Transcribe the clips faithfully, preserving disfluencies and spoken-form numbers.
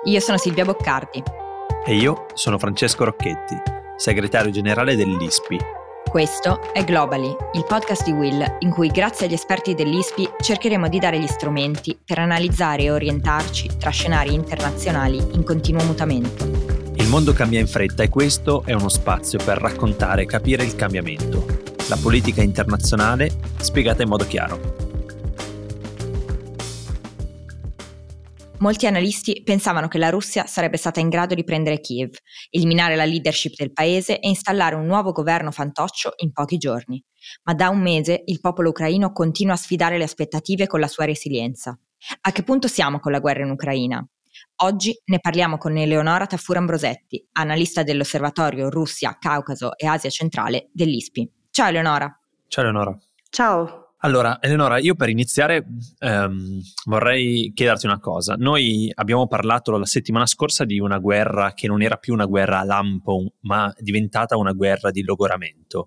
Io sono Silvia Boccardi. E io sono Francesco Rocchetti, segretario generale dell'I S P I. Questo è Globally, il podcast di Will, in cui grazie agli esperti dell'I S P I cercheremo di dare gli strumenti per analizzare e orientarci tra scenari internazionali in continuo mutamento. Il mondo cambia in fretta e questo è uno spazio per raccontare e capire il cambiamento. La politica internazionale spiegata in modo chiaro. Molti analisti pensavano che la Russia sarebbe stata in grado di prendere Kiev, eliminare la leadership del paese e installare un nuovo governo fantoccio in pochi giorni. Ma da un mese il popolo ucraino continua a sfidare le aspettative con la sua resilienza. A che punto siamo con la guerra in Ucraina? Oggi ne parliamo con Eleonora Tafur-Ambrosetti, analista dell'Osservatorio Russia, Caucaso e Asia Centrale dell'I S P I. Ciao Eleonora. Ciao Eleonora. Ciao. Allora, Eleonora, io per iniziare ehm, vorrei chiederti una cosa. Noi abbiamo parlato la settimana scorsa di una guerra che non era più una guerra a lampo, ma è diventata una guerra di logoramento.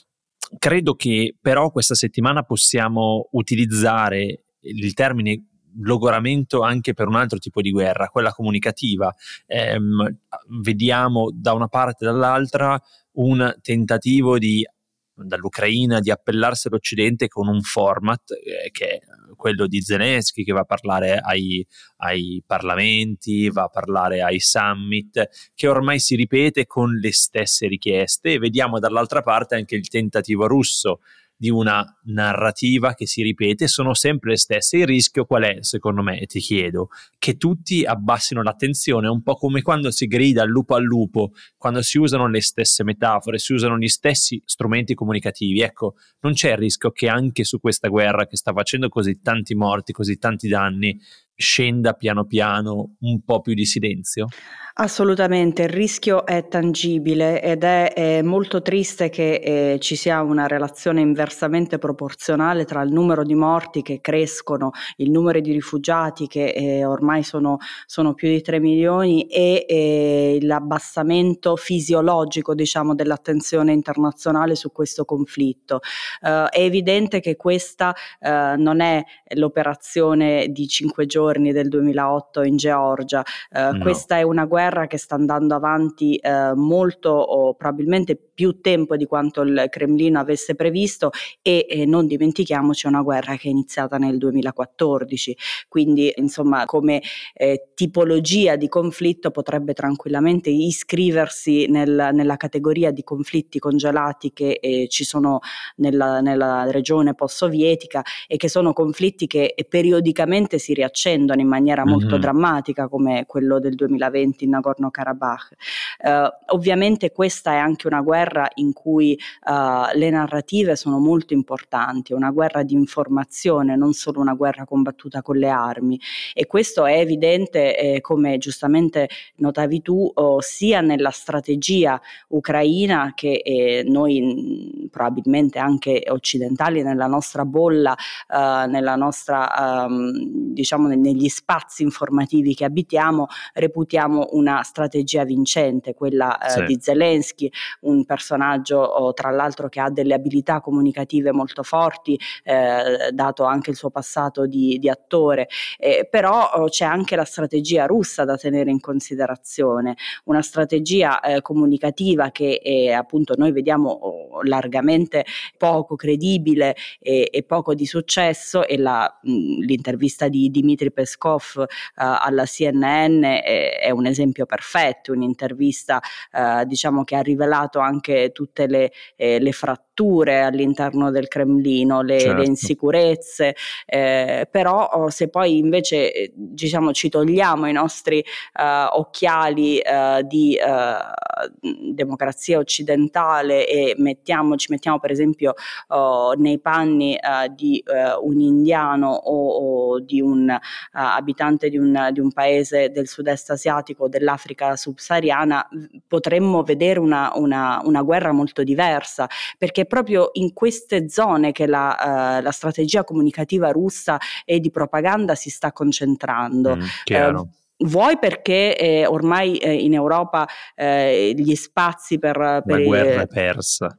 Credo che però questa settimana possiamo utilizzare il termine logoramento anche per un altro tipo di guerra, quella comunicativa. Ehm, vediamo da una parte e dall'altra un tentativo di dall'Ucraina di appellarsi all'Occidente con un format eh, che è quello di Zelensky, che va a parlare ai, ai parlamenti, va a parlare ai summit, che ormai si ripete con le stesse richieste, e vediamo dall'altra parte anche il tentativo russo di una narrativa che si ripete, sono sempre le stesse. Il rischio qual è, secondo me, ti chiedo? Che tutti abbassino l'attenzione, un po' come quando si grida al lupo al lupo, quando si usano le stesse metafore, si usano gli stessi strumenti comunicativi. Ecco, non c'è il rischio che anche su questa guerra che sta facendo così tanti morti, così tanti danni, scenda piano piano un po' più di silenzio? Assolutamente, il rischio è tangibile ed è, è molto triste che eh, ci sia una relazione inversamente proporzionale tra il numero di morti che crescono, il numero di rifugiati che eh, ormai sono, sono più di tre milioni e eh, l'abbassamento fisiologico, diciamo, dell'attenzione internazionale su questo conflitto. Uh, è evidente che questa uh, non è l'operazione di cinque giorni del duemilaotto in Georgia, uh, No. Questa è una guerra che sta andando avanti eh, molto o probabilmente più tempo di quanto il Cremlino avesse previsto e eh, non dimentichiamoci, è una guerra che è iniziata nel duemilaquattordici, quindi insomma come eh, tipologia di conflitto potrebbe tranquillamente iscriversi nel, nella categoria di conflitti congelati che eh, ci sono nella, nella regione post-sovietica e che sono conflitti che periodicamente si riaccendono in maniera Mm-hmm. molto drammatica, come quello del duemilaventi in Nagorno-Karabakh. Uh, ovviamente questa è anche una guerra in cui uh, le narrative sono molto importanti, una guerra di informazione, non solo una guerra combattuta con le armi, e questo è evidente, eh, come giustamente notavi tu, oh, sia nella strategia ucraina che eh, noi probabilmente anche occidentali nella nostra bolla, uh, nella nostra um, diciamo negli spazi informativi che abitiamo, reputiamo una strategia vincente, quella eh, Sì. di Zelensky, un personaggio oh, tra l'altro che ha delle abilità comunicative molto forti, eh, dato anche il suo passato di, di attore, eh, però oh, c'è anche la strategia russa da tenere in considerazione, una strategia eh, comunicativa che eh, appunto noi vediamo oh, largamente poco credibile e, e poco di successo, e la, mh, l'intervista di Dmitry Peskov uh, alla C N N è, è un esempio perfetto, un'intervista uh, diciamo che ha rivelato anche tutte le, eh, le fratture all'interno del Cremlino, le, Certo. le insicurezze, eh, però oh, se poi invece diciamo ci togliamo i nostri uh, occhiali uh, di uh, democrazia occidentale e mettiamo, ci mettiamo per esempio uh, nei panni uh, di uh, un indiano o, o di un uh, abitante di un, di un paese del sud-est asiatico o dell'Africa subsahariana, potremmo vedere una, una, una guerra molto diversa, perché è proprio in queste zone che la, uh, la strategia comunicativa russa e di propaganda si sta concentrando. Mm, chiaro. Uh, Vuoi perché eh, ormai eh, in Europa eh, gli spazi per, per la guerra è persa.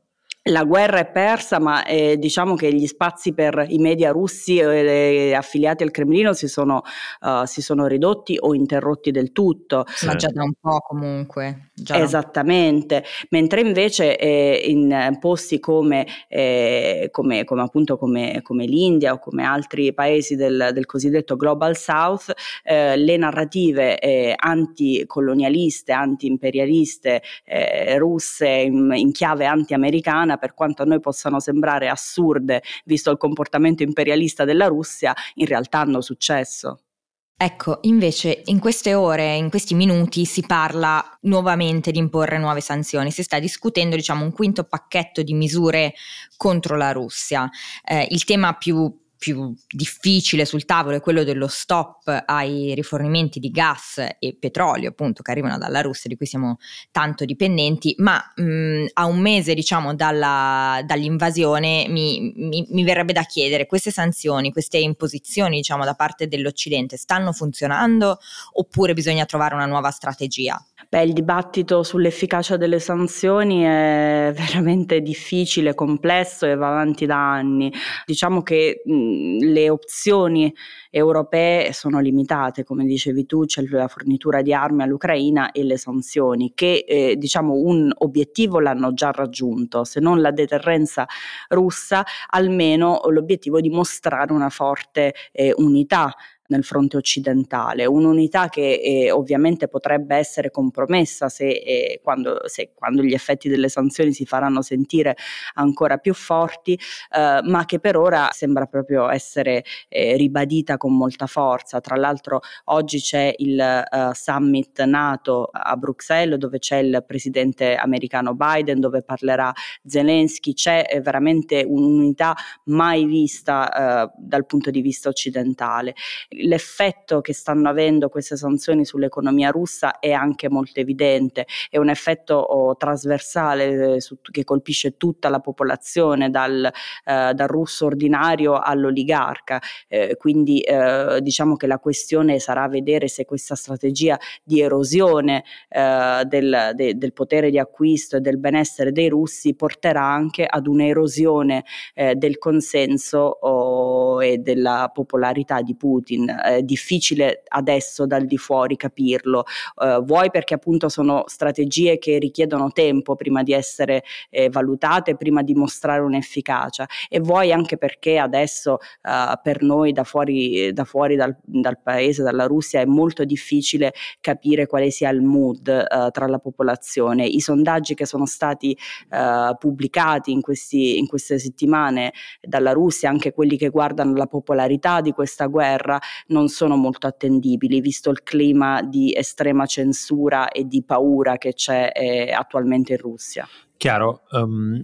La guerra è persa, ma eh, diciamo che gli spazi per i media russi eh, affiliati al Cremlino si sono, uh, si sono ridotti o interrotti del tutto. Sì. Ma già da un po' comunque. Già Esattamente, mentre invece eh, in posti come, eh, come, come appunto come, come l'India o come altri paesi del, del cosiddetto Global South, eh, le narrative eh, anticolonialiste, anti-imperialiste eh, russe in, in chiave anti-americana, per quanto a noi possano sembrare assurde visto il comportamento imperialista della Russia, in realtà hanno successo. Ecco, invece in queste ore, in questi minuti si parla nuovamente di imporre nuove sanzioni, si sta discutendo diciamo un quinto pacchetto di misure contro la Russia. Eh, il tema più più difficile sul tavolo è quello dello stop ai rifornimenti di gas e petrolio, appunto, che arrivano dalla Russia, di cui siamo tanto dipendenti, ma mh, a un mese, diciamo, dalla, dall'invasione mi, mi, mi verrebbe da chiedere: queste sanzioni, queste imposizioni, diciamo, da parte dell'Occidente stanno funzionando oppure bisogna trovare una nuova strategia? Beh, il dibattito sull'efficacia delle sanzioni è veramente difficile, complesso e va avanti da anni. Diciamo che mh, le opzioni europee sono limitate, come dicevi tu, c'è la fornitura di armi all'Ucraina e le sanzioni, che eh, diciamo un obiettivo l'hanno già raggiunto, se non la deterrenza russa, almeno l'obiettivo di mostrare una forte eh, unità nel fronte occidentale, un'unità che eh, ovviamente potrebbe essere compromessa se, eh, quando, se quando gli effetti delle sanzioni si faranno sentire ancora più forti, eh, ma che per ora sembra proprio essere eh, ribadita con molta forza. Tra l'altro oggi c'è il uh, summit NATO a Bruxelles, dove c'è il presidente americano Biden, dove parlerà Zelensky. C'è eh, veramente un'unità mai vista uh, dal punto di vista occidentale. L'effetto che stanno avendo queste sanzioni sull'economia russa è anche molto evidente, è un effetto oh, trasversale eh, su, che colpisce tutta la popolazione, dal, eh, dal russo ordinario all'oligarca, eh, quindi eh, diciamo che la questione sarà vedere se questa strategia di erosione eh, del, de, del potere di acquisto e del benessere dei russi porterà anche ad un'erosione eh, del consenso oh, e della popolarità di Putin. È difficile adesso dal di fuori capirlo, eh, vuoi perché appunto sono strategie che richiedono tempo prima di essere eh, valutate, prima di mostrare un'efficacia, e vuoi anche perché adesso eh, per noi da fuori, da fuori dal, dal paese, dalla Russia, è molto difficile capire quale sia il mood eh, tra la popolazione. I sondaggi che sono stati eh, pubblicati in, questi, in queste settimane dalla Russia, anche quelli che guardano la popolarità di questa guerra, non sono molto attendibili, visto il clima di estrema censura e di paura che c'è eh, attualmente in Russia. Chiaro, um,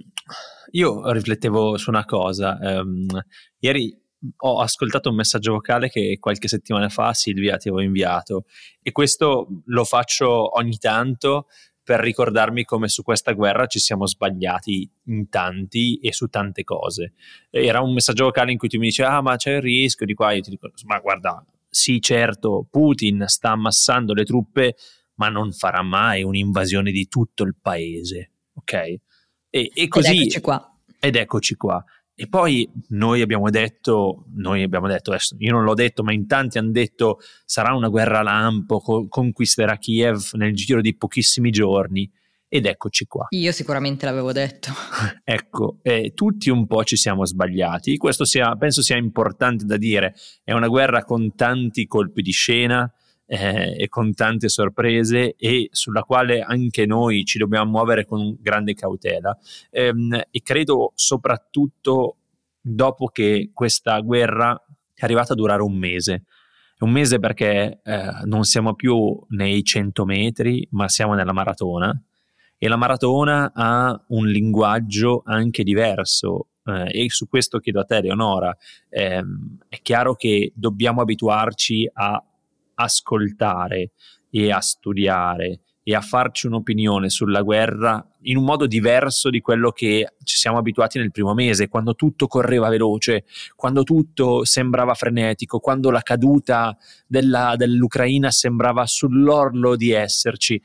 io riflettevo su una cosa. Um, ieri ho ascoltato un messaggio vocale che qualche settimana fa Silvia ti avevo inviato, e questo lo faccio ogni tanto per ricordarmi come su questa guerra ci siamo sbagliati in tanti e su tante cose. Era un messaggio vocale in cui tu mi dicevi: ah, ma c'è il rischio di qua. Io ti dico: ma guarda, sì, certo, Putin sta ammassando le truppe, ma non farà mai un'invasione di tutto il paese, ok? E, e così, ed eccoci qua. Ed eccoci qua. E poi noi abbiamo detto, noi abbiamo detto, adesso io non l'ho detto, ma in tanti hanno detto sarà una guerra lampo, co- conquisterà Kiev nel giro di pochissimi giorni, ed eccoci qua. Io sicuramente l'avevo detto. Ecco, eh, tutti un po' ci siamo sbagliati. Questo sia, penso sia importante da dire. È una guerra con tanti colpi di scena eh, e con tante sorprese, e sulla quale anche noi ci dobbiamo muovere con grande cautela. Ehm, e credo soprattutto dopo che questa guerra è arrivata a durare un mese. Un mese perché eh, non siamo più nei cento metri, ma siamo nella maratona. E la maratona ha un linguaggio anche diverso, eh, e su questo chiedo a te, Leonora. Eh, è chiaro che dobbiamo abituarci a ascoltare e a studiare e a farci un'opinione sulla guerra in un modo diverso di quello che ci siamo abituati nel primo mese, quando tutto correva veloce, quando tutto sembrava frenetico, quando la caduta della, dell'Ucraina sembrava sull'orlo di esserci.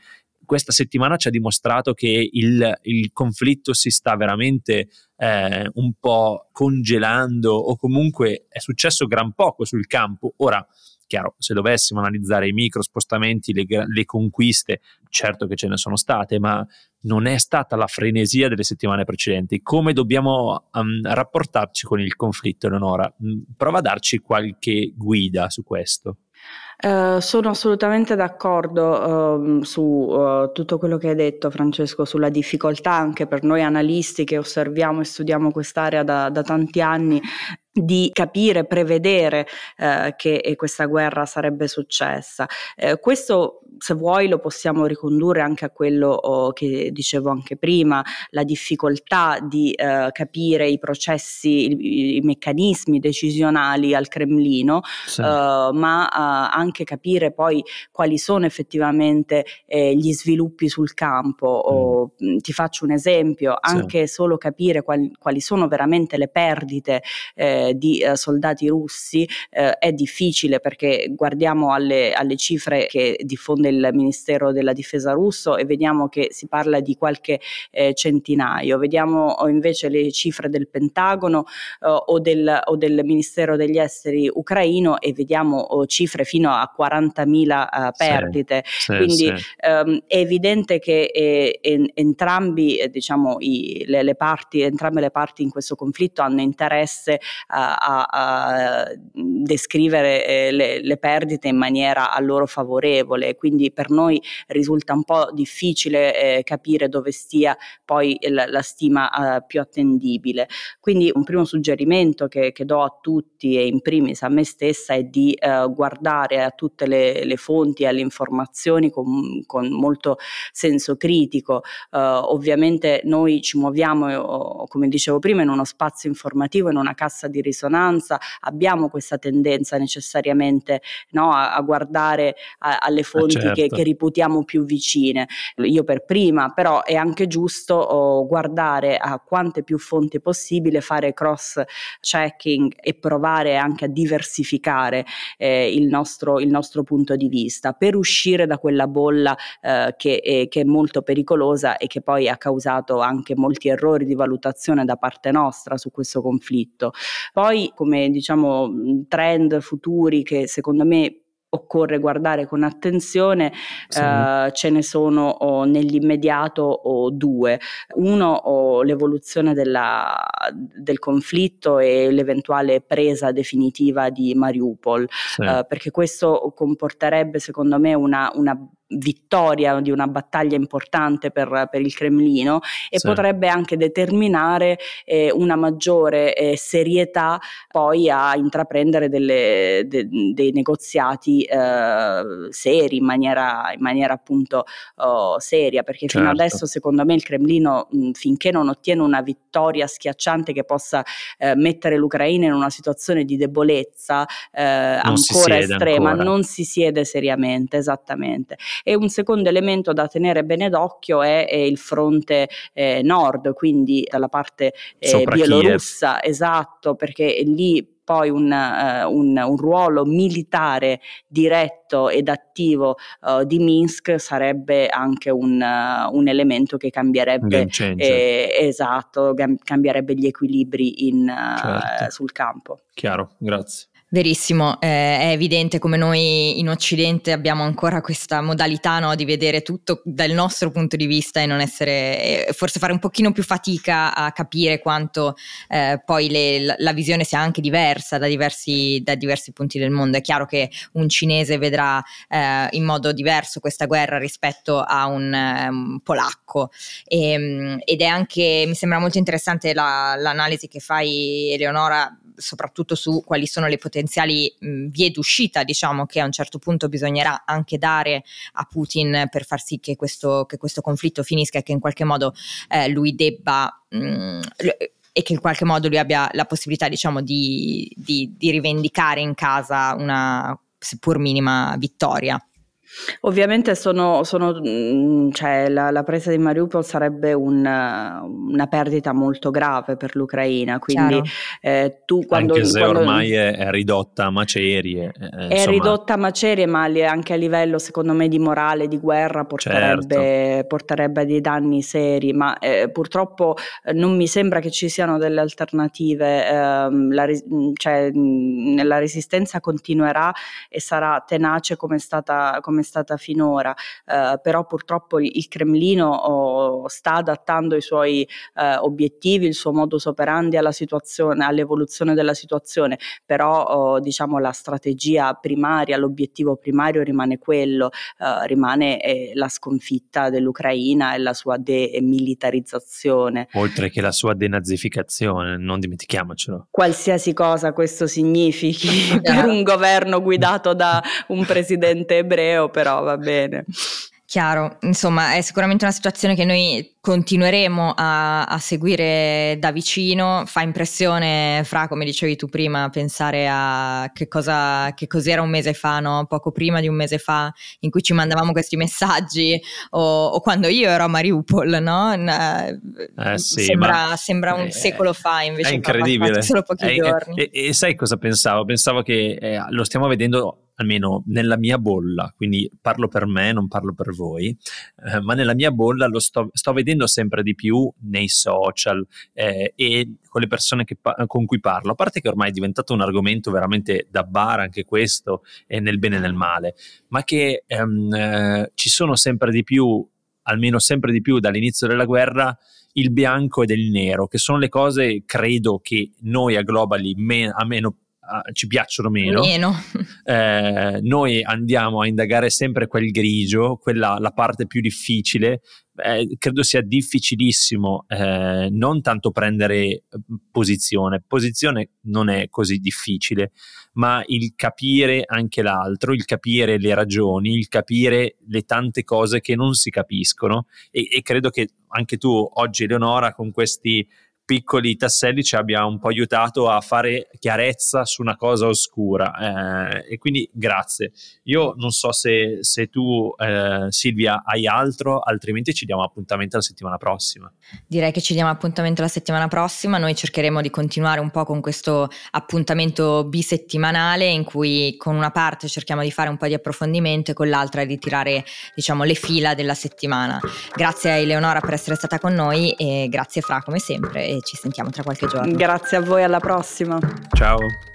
questa settimana ci ha dimostrato che il, il conflitto si sta veramente eh, un po' congelando, o comunque è successo gran poco sul campo. Ora, chiaro, se dovessimo analizzare i micro spostamenti, le, le conquiste, certo che ce ne sono state, ma non è stata la frenesia delle settimane precedenti. Come dobbiamo um, rapportarci con il conflitto, Eleonora? Prova a darci qualche guida su questo. Uh, sono assolutamente d'accordo uh, su uh, tutto quello che hai detto, Francesco, sulla difficoltà anche per noi analisti che osserviamo e studiamo quest'area da, da tanti anni di capire, prevedere eh, che questa guerra sarebbe successa. Eh, questo, se vuoi, lo possiamo ricondurre anche a quello oh, che dicevo anche prima, la difficoltà di eh, capire i processi, i, i meccanismi decisionali al Cremlino, sì. eh, ma eh, anche capire poi quali sono effettivamente eh, gli sviluppi sul campo. Oh, mm. Ti faccio un esempio, anche sì. solo capire quali, quali sono veramente le perdite eh, di eh, soldati russi eh, è difficile, perché guardiamo alle, alle cifre che diffonde il Ministero della Difesa russo e vediamo che si parla di qualche eh, centinaio, vediamo invece le cifre del Pentagono eh, o, del, o del Ministero degli Esteri ucraino e vediamo oh, cifre fino a quarantamila eh, perdite, sì, sì, quindi sì. Ehm, è evidente che eh, en, entrambi eh, diciamo i, le, le parti, entrambe le parti in questo conflitto hanno interesse A, a, a descrivere eh, le, le perdite in maniera a loro favorevole, quindi per noi risulta un po' difficile eh, capire dove stia poi la, la stima eh, più attendibile. Quindi un primo suggerimento che, che do a tutti e in primis a me stessa è di eh, guardare a tutte le, le fonti e alle informazioni con, con molto senso critico. Uh, ovviamente noi ci muoviamo, eh, come dicevo prima, in uno spazio informativo, in una cassa di risonanza, abbiamo questa tendenza necessariamente, no, a, a guardare a, alle fonti certo. che, che reputiamo più vicine, io per prima, però è anche giusto oh, guardare a quante più fonti possibile, fare cross checking e provare anche a diversificare eh, il, nostro, il nostro punto di vista per uscire da quella bolla eh, che, è, che è molto pericolosa e che poi ha causato anche molti errori di valutazione da parte nostra su questo conflitto. Poi, come diciamo, trend futuri che secondo me occorre guardare con attenzione, sì. eh, ce ne sono oh, nell'immediato oh, due. Uno, oh, l'evoluzione della, del conflitto e l'eventuale presa definitiva di Mariupol, sì. eh, perché questo comporterebbe secondo me una, una vittoria di una battaglia importante per, per il Cremlino e sì. potrebbe anche determinare eh, una maggiore eh, serietà poi a intraprendere delle, de, dei negoziati eh, seri in maniera, in maniera appunto oh, seria, perché certo. fino adesso secondo me il Cremlino mh, finché non ottiene una vittoria schiacciante che possa eh, mettere l'Ucraina in una situazione di debolezza eh, ancora estrema, ancora. non si siede seriamente, esattamente. E un secondo elemento da tenere bene d'occhio è, è il fronte eh, nord, quindi dalla parte eh, bielorussa, Kiev. Esatto, perché lì poi un, uh, un, un ruolo militare diretto ed attivo uh, di Minsk sarebbe anche un, uh, un elemento che cambierebbe eh, esatto, cambierebbe gli equilibri in, uh, certo. sul campo. Chiaro, grazie. Verissimo, eh, è evidente come noi in Occidente abbiamo ancora questa modalità, no, di vedere tutto dal nostro punto di vista e non essere, eh, forse fare un pochino più fatica a capire quanto eh, poi le, la visione sia anche diversa da diversi, da diversi punti del mondo. È chiaro che un cinese vedrà eh, in modo diverso questa guerra rispetto a un, um, polacco e, ed è anche, mi sembra molto interessante la, l'analisi che fai, Eleonora, soprattutto su quali sono le potenziali mh, vie d'uscita, diciamo, che a un certo punto bisognerà anche dare a Putin per far sì che questo, che questo conflitto finisca e che in qualche modo eh, lui debba mh, e che in qualche modo lui abbia la possibilità, diciamo, di, di, di rivendicare in casa una seppur minima vittoria. Ovviamente sono, sono cioè la, la presa di Mariupol sarebbe un, una perdita molto grave per l'Ucraina, quindi eh, tu quando... Anche se quando, ormai è, è ridotta a macerie. Eh, è ridotta a macerie, ma anche a livello secondo me di morale, di guerra porterebbe, certo. porterebbe a dei danni seri, ma eh, purtroppo eh, non mi sembra che ci siano delle alternative, eh, la, cioè, la resistenza continuerà e sarà tenace come è stata, come è stata finora, eh, però purtroppo il, il Cremlino oh, sta adattando i suoi eh, obiettivi, il suo modus operandi alla situazione, all'evoluzione della situazione, però oh, diciamo la strategia primaria, l'obiettivo primario rimane quello, eh, rimane eh, la sconfitta dell'Ucraina e la sua demilitarizzazione. Oltre che la sua denazificazione, non dimentichiamocelo. Qualsiasi cosa questo significhi per un governo guidato da un presidente ebreo, però va bene. Chiaro, insomma è sicuramente una situazione che noi continueremo a, a seguire da vicino. Fa impressione, Fra, come dicevi tu prima, pensare a che cosa, che cos'era un mese fa, no? Poco prima di un mese fa, in cui ci mandavamo questi messaggi, o, o quando io ero a Mariupol, no? Eh sì, sembra, ma sembra un è, secolo fa, invece è incredibile. Solo pochi è, giorni. E, e, e sai cosa pensavo? Pensavo che eh, lo stiamo vedendo almeno nella mia bolla, quindi parlo per me, non parlo per voi, eh, ma nella mia bolla lo sto, sto vedendo sempre di più nei social eh, e con le persone che, con cui parlo, a parte che ormai è diventato un argomento veramente da bar anche questo, eh, nel bene e nel male, ma che ehm, eh, ci sono sempre di più, almeno sempre di più dall'inizio della guerra, il bianco ed il nero, che sono le cose, credo, che noi a Globally me, a meno Uh, ci piacciono meno, meno. Eh, noi andiamo a indagare sempre quel grigio, quella la parte più difficile. Eh, credo sia difficilissimo eh, non tanto prendere posizione, posizione non è così difficile, ma il capire anche l'altro, il capire le ragioni, il capire le tante cose che non si capiscono e, e credo che anche tu oggi, Eleonora, con questi piccoli tasselli ci abbia un po' aiutato a fare chiarezza su una cosa oscura eh, e quindi grazie. Io non so se, se tu eh, Silvia hai altro, altrimenti ci diamo appuntamento la settimana prossima. Direi che ci diamo appuntamento la settimana prossima. Noi cercheremo di continuare un po' con questo appuntamento bisettimanale in cui con una parte cerchiamo di fare un po' di approfondimento e con l'altra di tirare, diciamo, le fila della settimana. Grazie a Eleonora per essere stata con noi e grazie Fra come sempre e ci sentiamo tra qualche giorno. Grazie a voi, alla prossima. Ciao.